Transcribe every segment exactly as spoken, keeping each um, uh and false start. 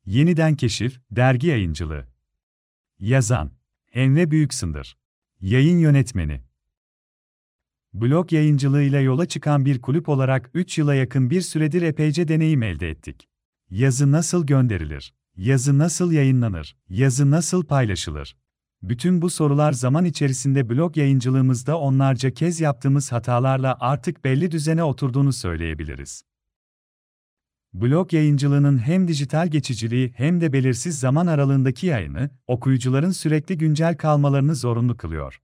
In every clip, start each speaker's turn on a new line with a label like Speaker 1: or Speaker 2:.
Speaker 1: Yeniden Keşif, Dergi Yayıncılığı. Yazan: Emre Büyüksındır. Yayın Yönetmeni: Blog yayıncılığıyla yola çıkan bir kulüp olarak üç yıla yakın bir süredir epeyce deneyim elde ettik. Yazı nasıl gönderilir? Yazı nasıl yayınlanır? Yazı nasıl paylaşılır? Bütün bu sorular zaman içerisinde blog yayıncılığımızda onlarca kez yaptığımız hatalarla artık belli düzene oturduğunu söyleyebiliriz. Blog yayıncılığının hem dijital geçiciliği hem de belirsiz zaman aralığındaki yayını, okuyucuların sürekli güncel kalmalarını zorunlu kılıyor.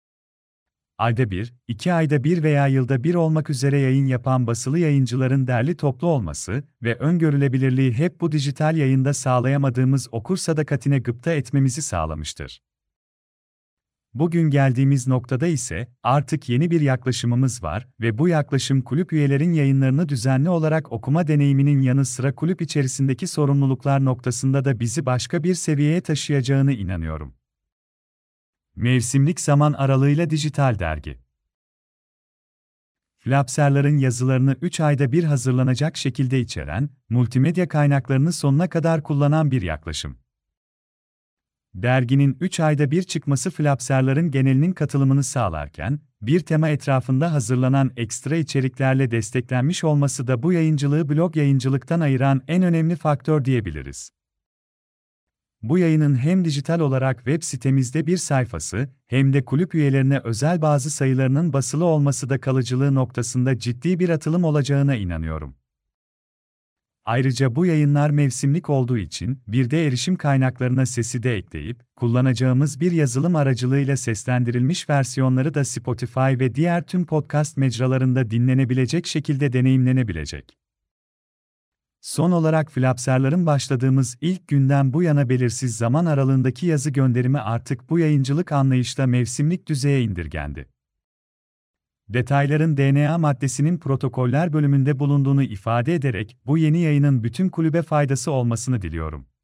Speaker 1: Ayda bir, iki ayda bir veya yılda bir olmak üzere yayın yapan basılı yayıncıların derli toplu olması ve öngörülebilirliği hep bu dijital yayında sağlayamadığımız okur sadakatine gıpta etmemizi sağlamıştır. Bugün geldiğimiz noktada ise artık yeni bir yaklaşımımız var ve bu yaklaşım kulüp üyelerin yayınlarını düzenli olarak okuma deneyiminin yanı sıra kulüp içerisindeki sorumluluklar noktasında da bizi başka bir seviyeye taşıyacağına inanıyorum. Mevsimlik zaman aralığıyla dijital dergi. Flapser'ların yazılarını üç ayda bir hazırlanacak şekilde içeren, multimedya kaynaklarını sonuna kadar kullanan bir yaklaşım. Derginin üç ayda bir çıkması Flapser'ların genelinin katılımını sağlarken, bir tema etrafında hazırlanan ekstra içeriklerle desteklenmiş olması da bu yayıncılığı blog yayıncılıktan ayıran en önemli faktör diyebiliriz. Bu yayının hem dijital olarak web sitemizde bir sayfası, hem de kulüp üyelerine özel bazı sayılarının basılı olması da kalıcılığı noktasında ciddi bir atılım olacağına inanıyorum. Ayrıca bu yayınlar mevsimlik olduğu için bir de erişim kaynaklarına sesi de ekleyip, kullanacağımız bir yazılım aracılığıyla seslendirilmiş versiyonları da Spotify ve diğer tüm podcast mecralarında dinlenebilecek şekilde deneyimlenebilecek. Son olarak Flapser'ların başladığımız ilk günden bu yana belirsiz zaman aralığındaki yazı gönderimi artık bu yayıncılık anlayışla mevsimlik düzeye indirgendi. Detayların D N A maddesinin protokoller bölümünde bulunduğunu ifade ederek bu yeni yayının bütün kulübe faydası olmasını diliyorum.